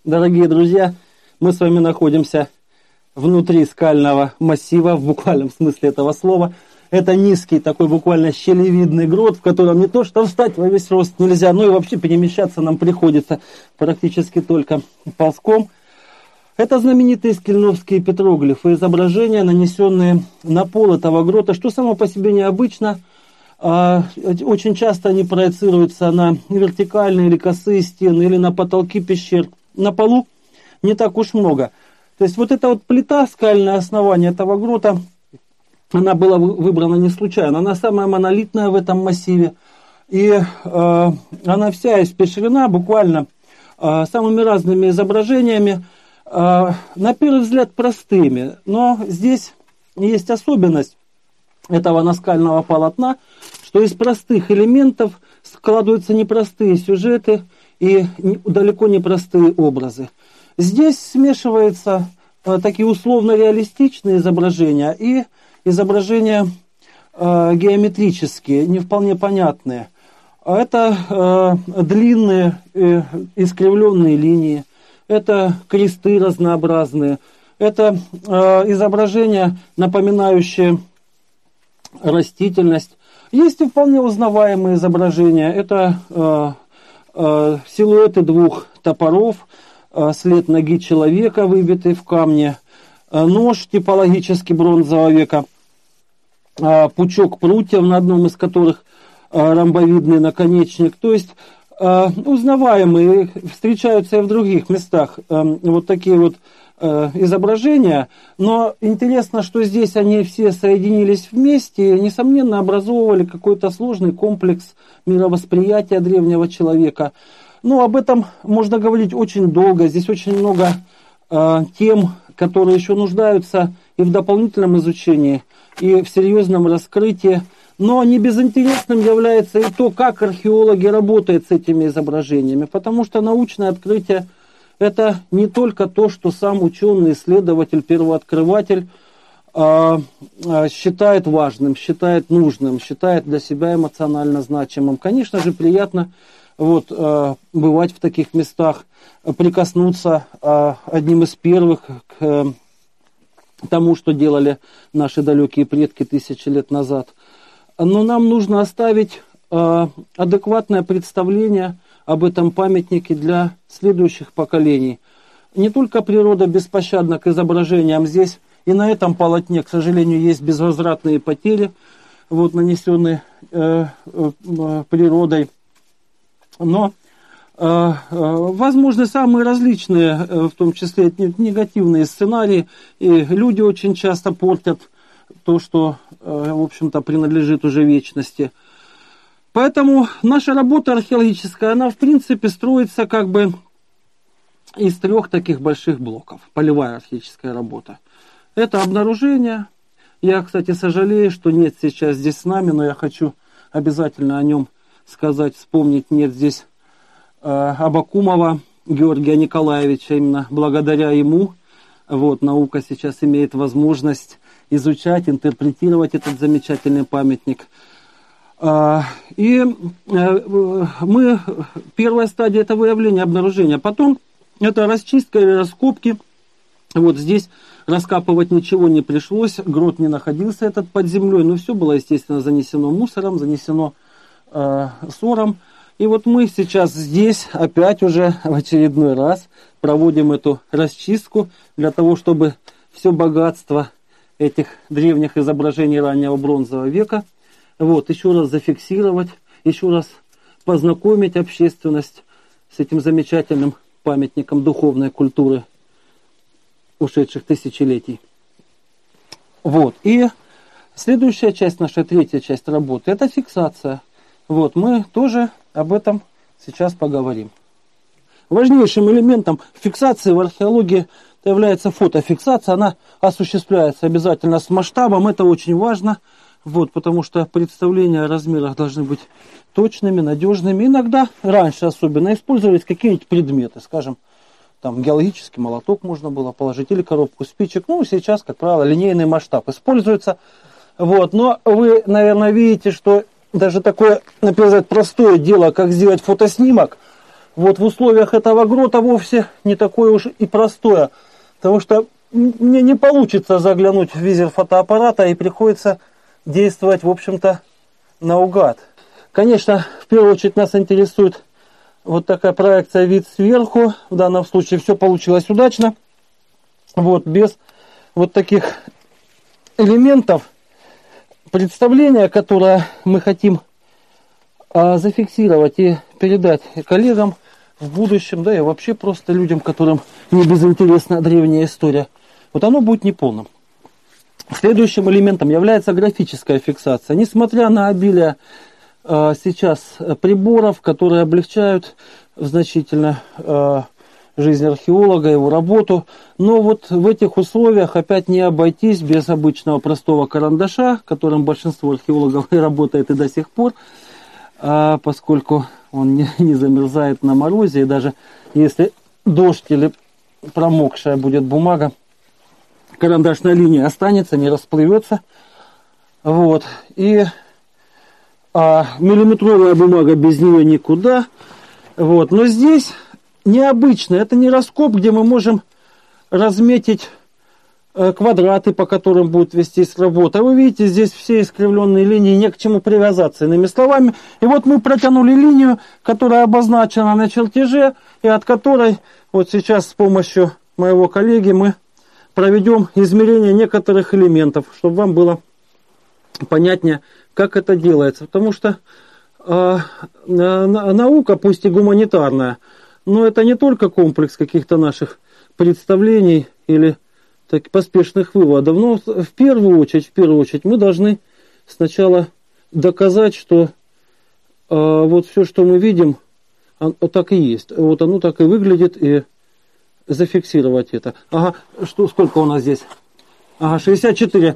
Дорогие друзья, мы с вами находимся внутри скального массива, в буквальном смысле этого слова. Это низкий такой буквально щелевидный грот, в котором не то что встать во весь рост нельзя, но и вообще перемещаться нам приходится практически только ползком. Это знаменитые скельновские петроглифы, изображения, нанесенные на пол этого грота, что само по себе необычно. Очень часто они проецируются на вертикальные или косые стены, или на потолки пещер. На полу не так уж много. То есть вот эта вот плита, скальное основание этого грота, она была выбрана не случайно. Она самая монолитная в этом массиве. И она вся испещрена буквально самыми разными изображениями, на первый взгляд простыми. Но здесь есть особенность этого наскального полотна, что из простых элементов складываются непростые сюжеты и далеко не простые образы. Здесь смешиваются такие условно-реалистичные изображения и изображения геометрические, не вполне понятные. Это длинные искривленные линии, это кресты разнообразные, это изображения, напоминающие растительность. Есть и вполне узнаваемые изображения. Это силуэты двух топоров, след ноги человека, выбитый в камне, нож типологически бронзового века, пучок прутьев, на одном из которых ромбовидный наконечник. То есть узнаваемые, встречаются и в других местах вот такие вот изображения, но интересно, что здесь они все соединились вместе и, несомненно, образовывали какой-то сложный комплекс мировосприятия древнего человека. Ну, об этом можно говорить очень долго, здесь очень много тем, которые еще нуждаются и в дополнительном изучении, и в серьезном раскрытии, но не безинтересным является и то, как археологи работают с этими изображениями, потому что научное открытие это не только то, что сам ученый, исследователь, первооткрыватель считает важным, считает нужным, считает для себя эмоционально значимым. Конечно же, приятно бывать в таких местах, прикоснуться одним из первых к тому, что делали наши далекие предки тысячи лет назад. Но нам нужно оставить адекватное представление об этом памятнике для следующих поколений. Не только природа беспощадна к изображениям здесь, и на этом полотне, к сожалению, есть безвозвратные потери, нанесенные природой. Но возможны самые различные, в том числе негативные сценарии, и люди очень часто портят то, что, в общем-то, принадлежит уже вечности. Поэтому наша работа археологическая, она в принципе строится как бы из трех таких больших блоков. Полевая археологическая работа. Это обнаружение. Я, кстати, сожалею, что нет сейчас здесь с нами, но я хочу обязательно о нем сказать, вспомнить. Нет здесь Абакумова Георгия Николаевича. Именно благодаря ему наука сейчас имеет возможность изучать, интерпретировать этот замечательный памятник. И первая стадия это выявление, обнаружение. Потом это расчистка или раскопки. Здесь раскапывать ничего не пришлось, грот не находился этот под землей, но все было, естественно, занесено мусором, занесено сором. И мы сейчас здесь опять уже в очередной раз проводим эту расчистку для того, чтобы все богатство этих древних изображений раннего бронзового века еще раз зафиксировать, еще раз познакомить общественность с этим замечательным памятником духовной культуры ушедших тысячелетий. И следующая часть, наша третья часть работы, это фиксация. Мы тоже об этом сейчас поговорим. Важнейшим элементом фиксации в археологии является фотофиксация. Она осуществляется обязательно с масштабом, это очень важно. Потому что представления о размерах должны быть точными, надежными. Иногда, раньше особенно, использовались какие-нибудь предметы. Скажем, геологический молоток можно было положить или коробку спичек. Сейчас, как правило, линейный масштаб используется. Но вы, наверное, видите, что даже такое, например, простое дело, как сделать фотоснимок, вот в условиях этого грота вовсе не такое уж и простое. Потому что мне не получится заглянуть в визир фотоаппарата, и приходится действовать, в общем-то, наугад. Конечно, в первую очередь нас интересует вот такая проекция вид сверху. В данном случае все получилось удачно. Вот, без вот таких элементов представления, которое мы хотим зафиксировать и передать коллегам в будущем, да и вообще просто людям, которым не безинтересна древняя история, вот оно будет неполным. Следующим элементом является графическая фиксация. Несмотря на обилие сейчас приборов, которые облегчают значительно жизнь археолога, его работу, но вот в этих условиях опять не обойтись без обычного простого карандаша, которым большинство археологов и работает и до сих пор, поскольку он не замерзает на морозе, и даже если дождь или промокшая будет бумага, карандашная линия останется, не расплывется. Вот. И миллиметровая бумага без нее никуда. Вот. Но здесь необычно. Это не раскоп, где мы можем разметить квадраты, по которым будет вестись работа. Вы видите, здесь все искривленные линии, не к чему привязаться, иными словами. И вот мы протянули линию, которая обозначена на чертеже, и от которой вот сейчас с помощью моего коллеги мы проведем измерение некоторых элементов, чтобы вам было понятнее, как это делается. Потому что наука, пусть и гуманитарная, но это не только комплекс каких-то наших представлений или поспешных выводов. Но в первую очередь мы должны сначала доказать, что вот все, что мы видим, так и есть. Вот оно так и выглядит, и зафиксировать это. Ага, сколько у нас здесь? Ага, 64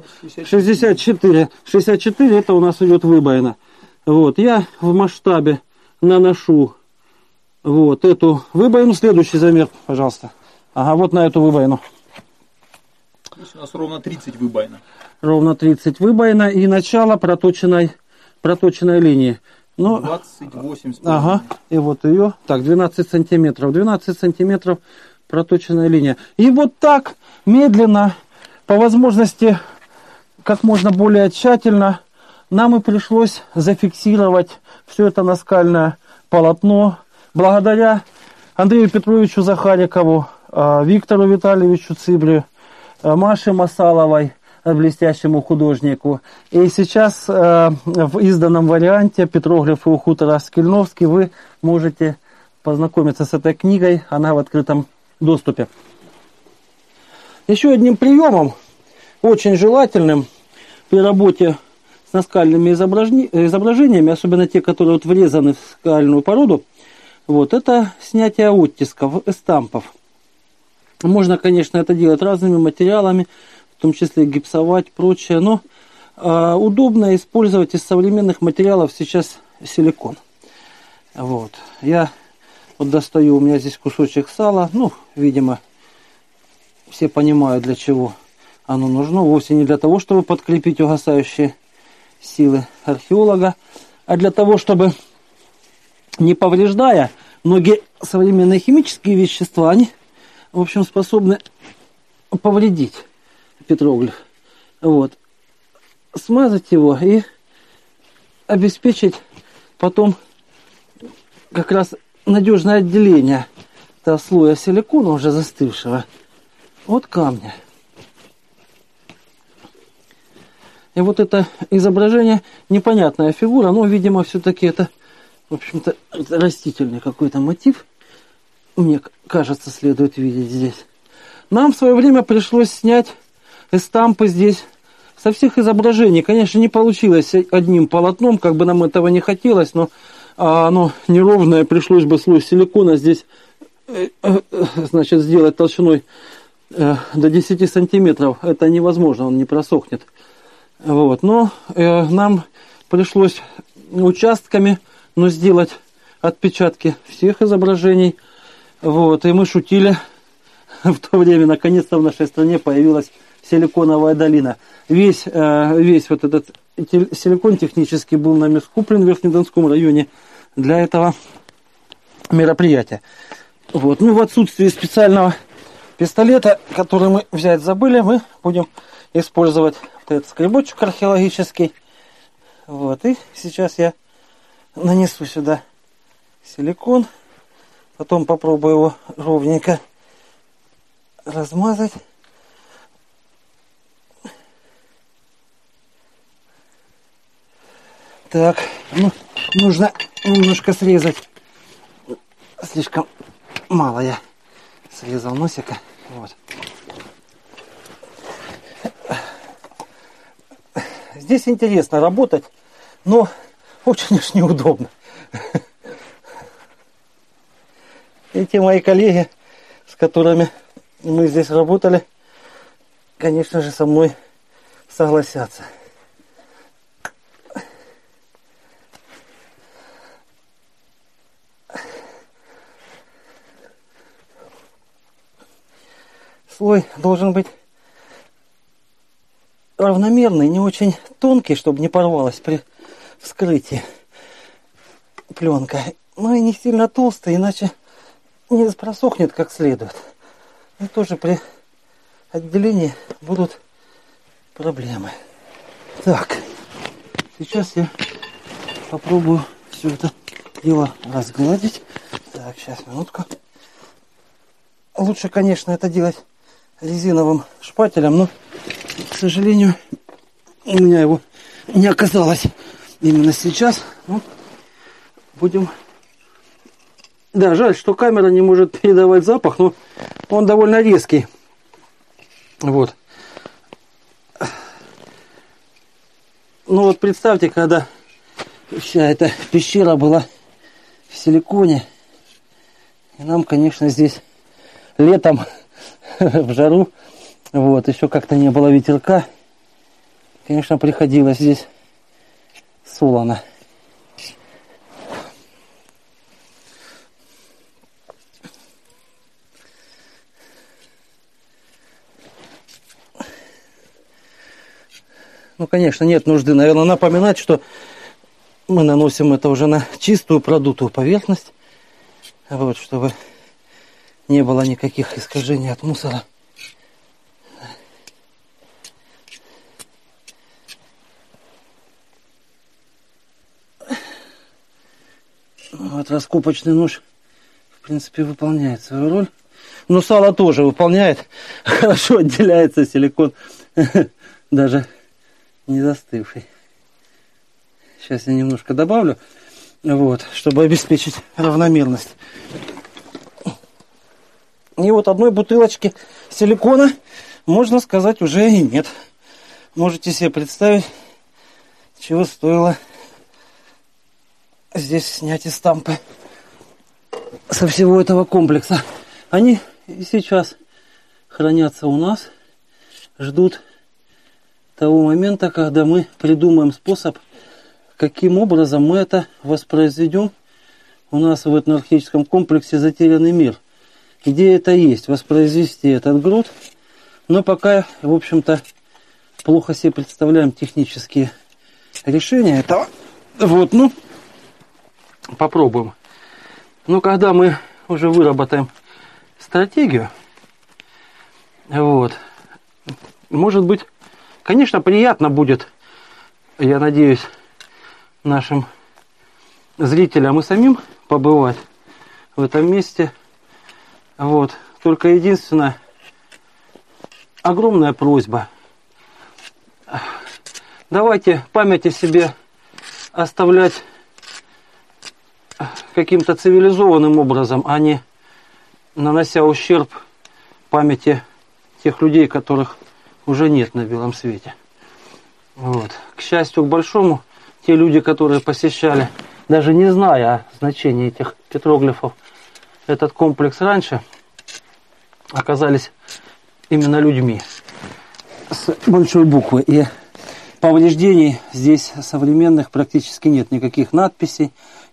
это у нас идет выбоина. Вот, я в масштабе наношу вот эту выбоину. Следующий замер, пожалуйста. Ага, вот на эту выбоину. Здесь у нас ровно 30 выбоина. Ровно 30 выбоина и начало проточенной линии. Но, 28,5. Ага, и вот ее. Так, 12 сантиметров. 12 сантиметров проточенная линия. И вот так медленно, по возможности, как можно более тщательно, нам и пришлось зафиксировать все это наскальное полотно. Благодаря Андрею Петровичу Захарикову, Виктору Витальевичу Цыблю, Маше Масаловой, блестящему художнику. И сейчас в изданном варианте «Петроглифы у хутора Скельновский» вы можете познакомиться с этой книгой, она в открытом доступе. Еще одним приемом, очень желательным при работе с наскальными изображениями, особенно те, которые вот врезаны в скальную породу, вот, это снятие оттисков, эстампов. Можно, конечно, это делать разными материалами, в том числе гипсовать, прочее, но удобно использовать из современных материалов сейчас силикон. Вот. Я вот достаю, у меня здесь кусочек сала, ну, видимо, все понимают, для чего оно нужно. Вовсе не для того, чтобы подкрепить угасающие силы археолога, а для того, чтобы, не повреждая, многие современные химические вещества, они, в общем, способны повредить петроглиф. Вот. Смазать его и обеспечить потом как раз надежное отделение этого слоя силикона, уже застывшего, от камня. И вот это изображение, непонятная фигура, но, видимо, все-таки это, в общем-то, растительный какой-то мотив. Мне кажется, следует видеть здесь. Нам в свое время пришлось снять эстампы здесь со всех изображений. Конечно, не получилось одним полотном, как бы нам этого не хотелось, но оно неровное, пришлось бы слой силикона здесь, значит, сделать толщиной до 10 сантиметров. Это невозможно, он не просохнет. Вот. Но нам пришлось участками, но сделать отпечатки всех изображений. Вот. И мы шутили в то время, наконец-то в нашей стране появилась силиконовая долина. Весь вот этот силикон технически был нами скуплен в Верхнедонском районе для этого мероприятия. Вот. Ну, в отсутствии специального пистолета, который мы взять забыли, мы будем использовать вот этот скребочек археологический. Вот. И сейчас я нанесу сюда силикон. Потом попробую его ровненько размазать. Так, ну, нужно немножко срезать. Слишком мало я срезал носика. Вот. Здесь интересно работать, но очень уж неудобно. Эти мои коллеги, с которыми мы здесь работали, конечно же, со мной согласятся. Слой должен быть равномерный, не очень тонкий, чтобы не порвалась при вскрытии пленка. Но и не сильно толстый, иначе не просохнет как следует. И тоже при отделении будут проблемы. Так, сейчас я попробую все это дело разгладить. Так, сейчас, минутку. Лучше, конечно, это делать резиновым шпателем, но, к сожалению, у меня его не оказалось именно сейчас. Ну, будем... Да, жаль, что камера не может передавать запах, но он довольно резкий. Вот. Ну вот представьте, когда вся эта пещера была в силиконе, и нам, конечно, здесь летом в жару, вот, еще как-то не было ветерка, конечно, приходилось здесь солоно. Ну, конечно, нет нужды, наверное, напоминать, что мы наносим это уже на чистую продутую поверхность, вот, чтобы не было никаких искажений от мусора. Вот раскопочный нож, в принципе, выполняет свою роль. Но сало тоже выполняет. Хорошо отделяется силикон, даже не застывший. Сейчас я немножко добавлю, вот, чтобы обеспечить равномерность. И вот одной бутылочки силикона, можно сказать, уже и нет. Можете себе представить, чего стоило здесь снять из стампы со всего этого комплекса. Они и сейчас хранятся у нас, ждут того момента, когда мы придумаем способ, каким образом мы это воспроизведем у нас в этноархеологическом комплексе «Затерянный мир». Идея это есть, воспроизвести этот груд, но пока, в общем-то, плохо себе представляем технические решения этого. Вот, ну, попробуем. Но когда мы уже выработаем стратегию, вот, может быть, конечно, приятно будет, я надеюсь, нашим зрителям и самим побывать в этом месте. Вот. Только единственная огромная просьба. Давайте память о себе оставлять каким-то цивилизованным образом, а не нанося ущерб памяти тех людей, которых уже нет на белом свете. Вот. К счастью, к большому, те люди, которые посещали, даже не зная о значении этих петроглифов, этот комплекс раньше, оказались именно людьми с большой буквы. И повреждений здесь современных практически нет. Никаких надписей.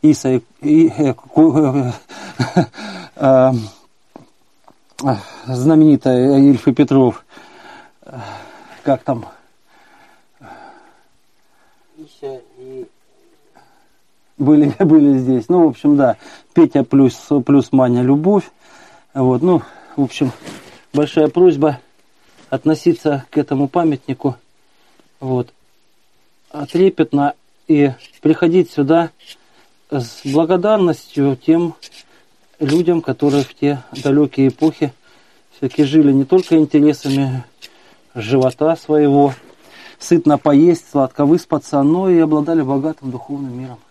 Знаменитая Ильф и Петров. Как там? были здесь. Ну, в общем, да, Петя плюс Маня любовь. Вот, ну, в общем, большая просьба относиться к этому памятнику вот, трепетно и приходить сюда с благодарностью тем людям, которые в те далекие эпохи все-таки жили не только интересами живота своего, сытно поесть, сладко выспаться, но и обладали богатым духовным миром.